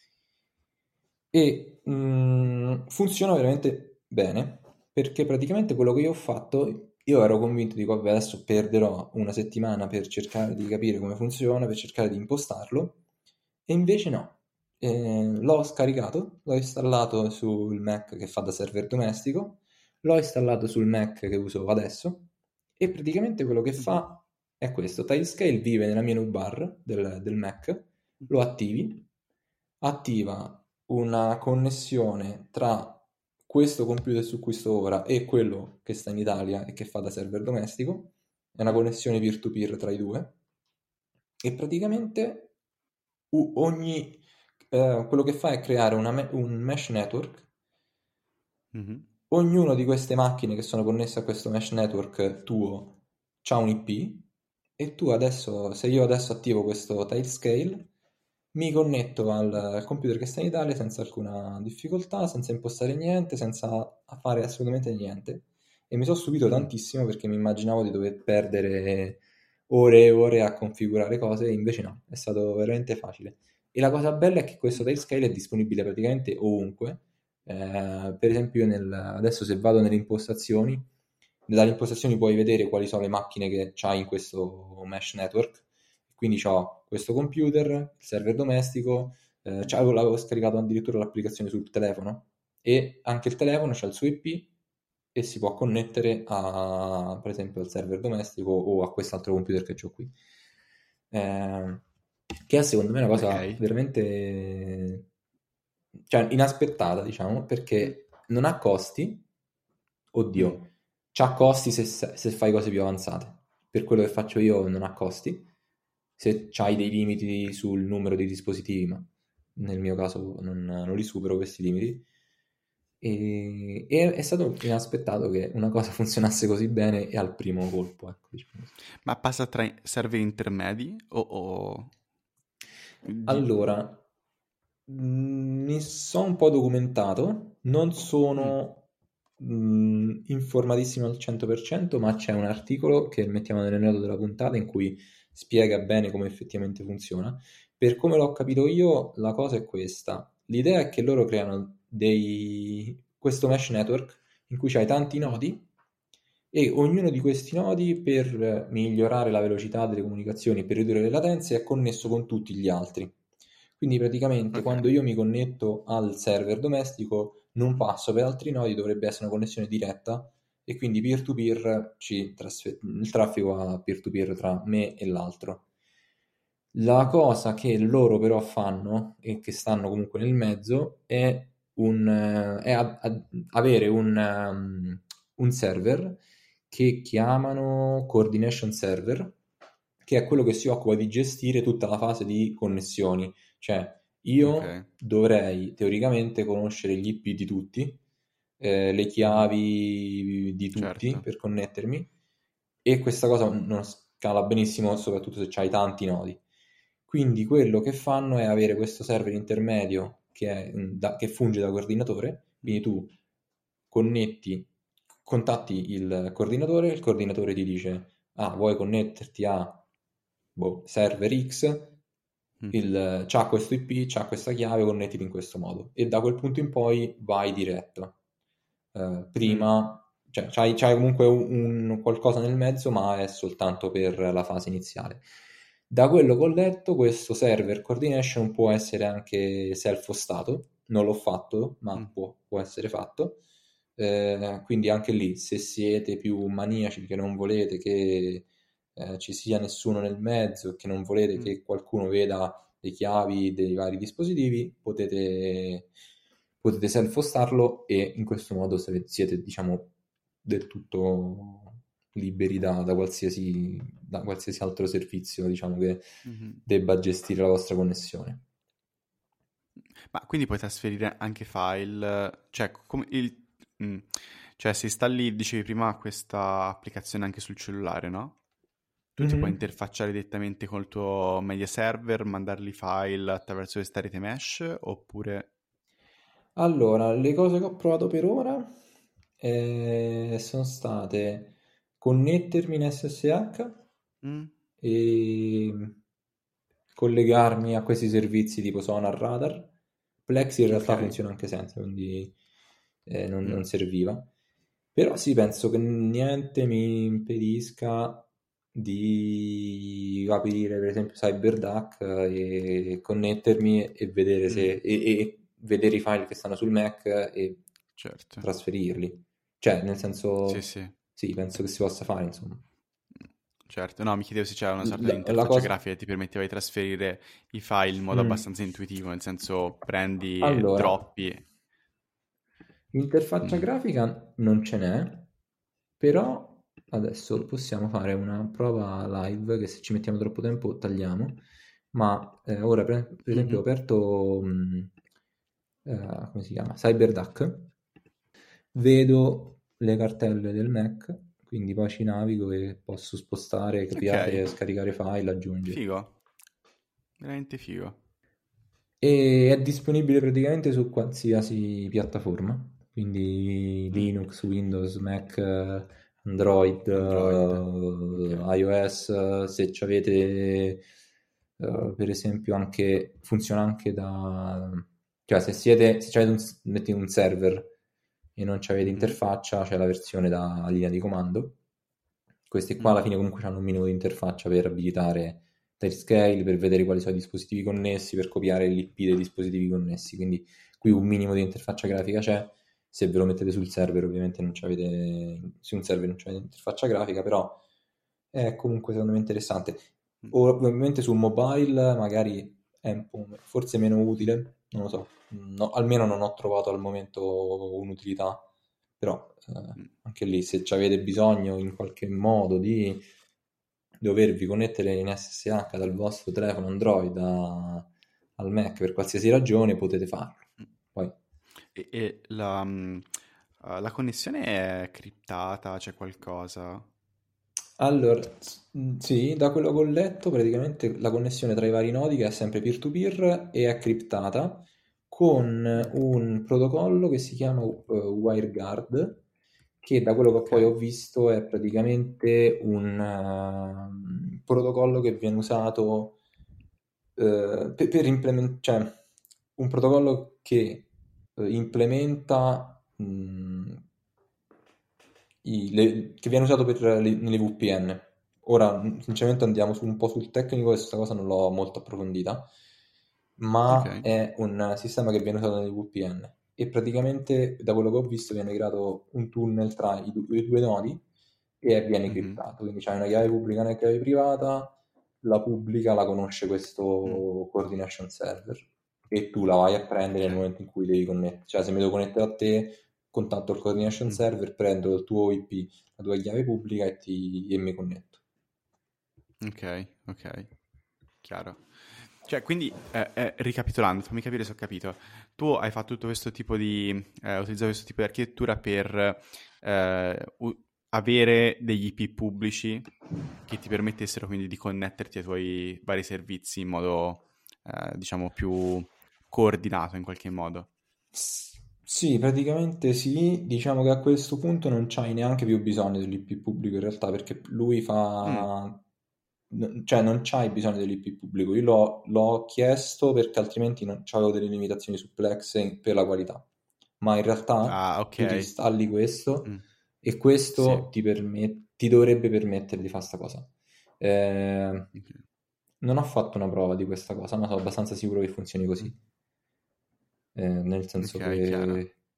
e mh, funziona veramente bene perché praticamente quello che io ho fatto, io ero convinto di vabbè, adesso perderò una settimana per cercare di capire come funziona, per cercare di impostarlo e invece no. Eh, l'ho scaricato, l'ho installato sul Mac che fa da server domestico, l'ho installato sul Mac che uso adesso e praticamente quello che fa è questo. Tailscale vive nella menu bar del, del Mac, lo attivi, attiva una connessione tra questo computer su cui sto ora e quello che sta in Italia e che fa da server domestico, è una connessione peer-to-peer tra i due e praticamente u- ogni, eh, quello che fa è creare una me- un mesh network. Mhm. Ognuno di queste macchine che sono connesse a questo mesh network tuo ha un I P e tu adesso, se io adesso attivo questo Tailscale, mi connetto al, al computer che sta in Italia senza alcuna difficoltà, senza impostare niente, senza fare assolutamente niente. E mi sono stupito Mm. tantissimo perché mi immaginavo di dover perdere ore e ore a configurare cose, e invece no, è stato veramente facile. E la cosa bella è che questo Tailscale è disponibile praticamente ovunque. Eh, per esempio, io nel- adesso se vado nelle impostazioni, dalle impostazioni puoi vedere quali sono le macchine che c'hai in questo mesh network. Quindi ho questo computer, il server domestico, eh, c'avevo- l'avevo scaricato addirittura l'applicazione sul telefono e anche il telefono c'ha il suo I P e si può connettere a, per esempio, al server domestico o a quest'altro computer che ho qui. Eh, che è secondo me una cosa Ok. veramente, cioè, inaspettata, diciamo, perché non ha costi, Mm. oddio, c'ha costi se, se fai cose più avanzate. Per quello che faccio io non ha costi, se c'hai dei limiti sul numero di dispositivi, ma nel mio caso non, non li supero questi limiti. E, e è stato inaspettato che una cosa funzionasse così bene e al primo colpo, ecco, diciamo così. Ma passa tra server intermedi o... o... di- Allora, mh, mi sono un po' documentato, non Mm. sono mh, informatissimo al cento per cento, ma c'è un articolo che mettiamo nelle note della puntata in cui spiega bene come effettivamente funziona. Per come l'ho capito io, la cosa è questa. L'idea è che loro creano dei... questo mesh network in cui c'hai tanti nodi e ognuno di questi nodi per migliorare la velocità delle comunicazioni e per ridurre le latenze è connesso con tutti gli altri. Quindi praticamente Ok. quando io mi connetto al server domestico non passo per altri nodi, dovrebbe essere una connessione diretta e quindi peer-to-peer ci trasfer- il traffico va peer-to-peer tra me e l'altro. La cosa che loro però fanno e che stanno comunque nel mezzo è, un, eh, è a- a- avere un, um, un server che chiamano Coordination Server, che è quello che si occupa di gestire tutta la fase di connessioni. Cioè, io Ok. dovrei teoricamente conoscere gli I P di tutti, eh, le Mhm. chiavi di tutti Certo. per connettermi, e questa cosa non scala benissimo, soprattutto se c'hai tanti nodi. Quindi quello che fanno è avere questo server intermedio che, è, mm, da- che funge da coordinatore, quindi tu connetti, contatti il coordinatore, il coordinatore ti dice, ah, vuoi connetterti a boh, server X, Mm. il, c'ha questo I P, c'ha questa chiave, connettiti in questo modo. E da quel punto in poi vai diretto. Eh, Mm. prima, cioè, c'hai, c'hai comunque un, un qualcosa nel mezzo, ma è soltanto per la fase iniziale. Da quello che ho letto, questo server coordination può essere anche self-hostato, non l'ho fatto, ma Mm. può, può essere fatto. Eh, quindi anche lì, se siete più maniaci che non volete che eh, ci sia nessuno nel mezzo e che non volete Mm. che qualcuno veda le chiavi dei vari dispositivi, potete, potete self-hostarlo e in questo modo siete, siete, diciamo, del tutto liberi da, da qualsiasi, da qualsiasi altro servizio, diciamo, che Mhm. debba gestire la vostra connessione. Ma quindi puoi trasferire anche file, cioè, come il, mm, cioè se installi, dicevi prima, questa applicazione anche sul cellulare, no? Tu ti puoi Mhm. interfacciare direttamente col tuo media server, mandarli file attraverso questa rete mesh, oppure... Allora, le cose che ho provato per ora eh, sono state connettermi in S S H Mm? e collegarmi a questi servizi tipo Sonar, Radar. Plex in realtà Ok. funziona anche senza, quindi eh, non, Mm. non serviva. Però sì, penso che niente mi impedisca di aprire per esempio CyberDuck eh, e connettermi e vedere se Mm. e, e vedere i file che stanno sul Mac e Certo. trasferirli. Cioè, nel Sì, senso, sì. sì, penso che si possa fare, insomma. Certo, no, mi chiedevo se c'era una sorta di La, la interfaccia cosa... grafica che ti permetteva di trasferire i file in modo Mm. abbastanza intuitivo, nel senso prendi, e Allora, droppi. interfaccia Mm. grafica non ce n'è, però adesso possiamo fare una prova live che se ci mettiamo troppo tempo tagliamo, ma eh, ora per, per esempio ho Mhm. aperto, mh, eh, come si chiama? CyberDuck, vedo le cartelle del Mac, quindi poi ci navigo e posso spostare, Ok, copiare, scaricare file, aggiungere. figo, veramente figo. E è disponibile praticamente su qualsiasi piattaforma, quindi Mm. Linux, Windows, Mac, eh, Android, Android, ok. eh, iOS, eh, se ci avete eh, per esempio anche funziona anche da cioè se siete se avete un, mettete un server e non avete Mhm. interfaccia, c'è la versione da linea di comando. Questi qua Mm. alla fine comunque hanno un minimo di interfaccia per abilitare Tailscale, per vedere quali sono i dispositivi connessi, per copiare l'I P dei dispositivi connessi. Quindi qui un minimo di interfaccia grafica c'è. Se ve lo mettete sul server, ovviamente non c'avete, su un server non c'è interfaccia grafica, però è comunque secondo me interessante. Mm. O- Ovviamente sul mobile magari è un po' forse meno utile, non lo so. No, almeno non ho trovato al momento un'utilità, però eh, Mm. anche lì se ci avete bisogno in qualche modo di dovervi connettere in S S H dal vostro telefono Android a- al Mac per qualsiasi ragione potete farlo. Poi E, e la, mm, eh, la connessione è criptata, c'è qualcosa? allora, s- mh, sì, da quello che ho letto, praticamente la connessione tra i vari nodi che è sempre peer-to-peer e è criptata con Ok, un protocollo che si chiama eh, WireGuard, che da quello che ok. poi ho visto è praticamente un ehm, protocollo che viene usato eh, per, per implementare, cioè un protocollo che eh, implementa mh, i- le- che viene usato per le, nelle V P N. Ora, sinceramente, andiamo su, un po' sul tecnico, e questa cosa non l'ho molto approfondita, Ok. ma è un sistema che viene usato nelle V P N e praticamente, da quello che ho visto, viene creato un tunnel tra i, du- i due nodi e viene Mhm. criptato. Quindi c'è una chiave pubblica e una chiave privata, la pubblica la conosce Mm. questo coordination server e tu la vai a prendere Ok, nel momento in cui devi connettere. Cioè, se mi devo connettere a te, contatto il coordination mm. server, prendo il tuo I P, la tua chiave pubblica e, ti, e mi connetto. Ok, ok, chiaro. Cioè, quindi, eh, eh, ricapitolando, fammi capire se ho capito. Tu hai fatto tutto questo tipo di, eh, utilizzato questo tipo di architettura per eh, u- avere degli I P pubblici che ti permettessero quindi di connetterti ai tuoi vari servizi in modo, eh, diciamo, più coordinato in qualche modo. S- Sì, praticamente sì, diciamo che a questo punto non c'hai neanche più bisogno dell'I P pubblico in realtà, perché lui Mm. fa... n- cioè non c'hai bisogno dell'I P pubblico, io l'ho l'ho chiesto perché altrimenti non c'avevo delle limitazioni su Plex in- per la qualità, ma in realtà Ah, ok. tu ti installi questo Mm. e Sì. questo ti, permet- ti dovrebbe permettere di fare sta cosa. Eh, Ok. non ho fatto una prova di questa cosa, ma sono abbastanza sicuro che funzioni Mm. così. Eh, nel senso Ok, chiaro. che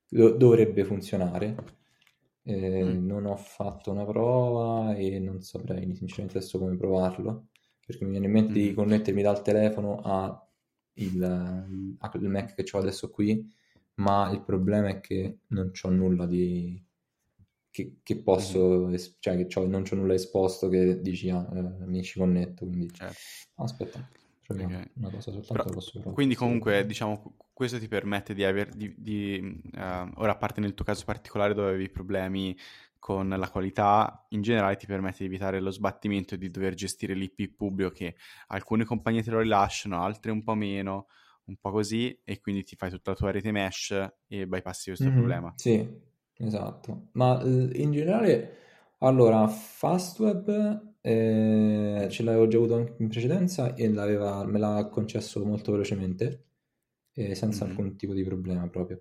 do- dovrebbe funzionare. Eh, Mm. non ho fatto una prova e non saprei sinceramente adesso come provarlo, perché mi viene in mente di Mhm. connettermi dal telefono a il, a il Mac che ho adesso qui, ma il problema è che non c'ho nulla di che, che Mhm. posso, es- cioè che c'ho- non c'ho nulla esposto che dici ah, eh, mi ci connetto, quindi Certo. aspetta, proviamo Ok. una cosa soltanto Però, la posso provare. quindi Sì, comunque, diciamo, qu- questo ti permette di aver, di, di, eh, ora a parte nel tuo caso particolare dove avevi problemi con la qualità, in generale ti permette di evitare lo sbattimento di dover gestire l'I P pubblico che alcune compagnie te lo rilasciano, altre un po' meno, un po' così, e quindi ti fai tutta la tua rete mesh e bypassi questo Mhm, problema. sì, esatto. Ma eh, in generale, allora, Fastweb eh, ce l'avevo già avuto anche in precedenza e l'aveva- me l'ha concesso molto velocemente, eh, senza Mhm. alcun tipo di problema proprio.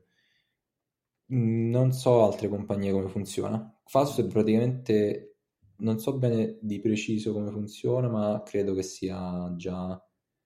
Mm, Non so altre compagnie come funziona. Fastweb praticamente non so bene di preciso come funziona, ma credo che sia già,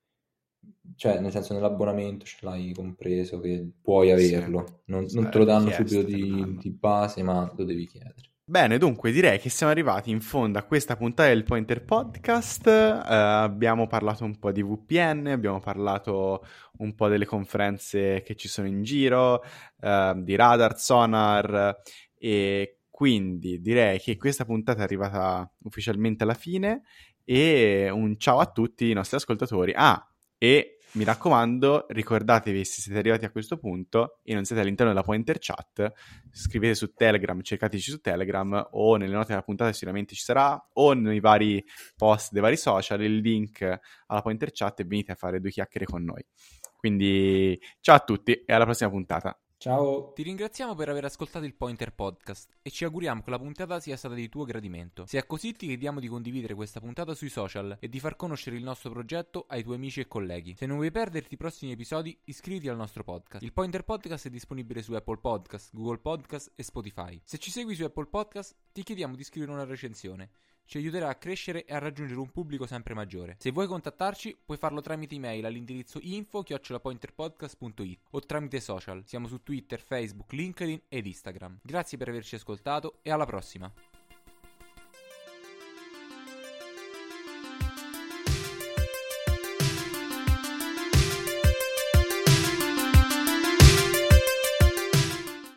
cioè nel senso nell'abbonamento ce l'hai compreso che puoi Sì, averlo. Non, non te è lo danno subito richiesto, te lo di, danno. di base, ma lo devi chiedere. Bene, dunque direi che siamo arrivati in fondo a questa puntata del Pointer Podcast. Eh, abbiamo parlato un po' di V P N, abbiamo parlato un po' delle conferenze che ci sono in giro, eh, di radar, sonar, e quindi direi che questa puntata è arrivata ufficialmente alla fine e un ciao a tutti i nostri ascoltatori. Ah, e mi raccomando, ricordatevi se siete arrivati a questo punto e non siete all'interno della Pointer Chat, scrivete su Telegram, cercateci su Telegram o nelle note della puntata sicuramente ci sarà, o nei vari post dei vari social il link alla Pointer Chat e venite a fare due chiacchiere con noi. Quindi ciao a tutti e alla prossima puntata. Ciao! Ti ringraziamo per aver ascoltato il Pointer Podcast e ci auguriamo che la puntata sia stata di tuo gradimento. Se è così ti chiediamo di condividere questa puntata sui social e di far conoscere il nostro progetto ai tuoi amici e colleghi. Se non vuoi perderti i prossimi episodi, iscriviti al nostro podcast. Il Pointer Podcast è disponibile su Apple Podcast, Google Podcast e Spotify. Se ci segui su Apple Podcast, ti chiediamo di scrivere una recensione. Ci aiuterà a crescere e a raggiungere un pubblico sempre maggiore. Se vuoi contattarci, puoi farlo tramite email all'indirizzo info chiocciola pointerpodcast punto it o tramite social. Siamo su Twitter, Facebook, LinkedIn ed Instagram. Grazie per averci ascoltato e alla prossima!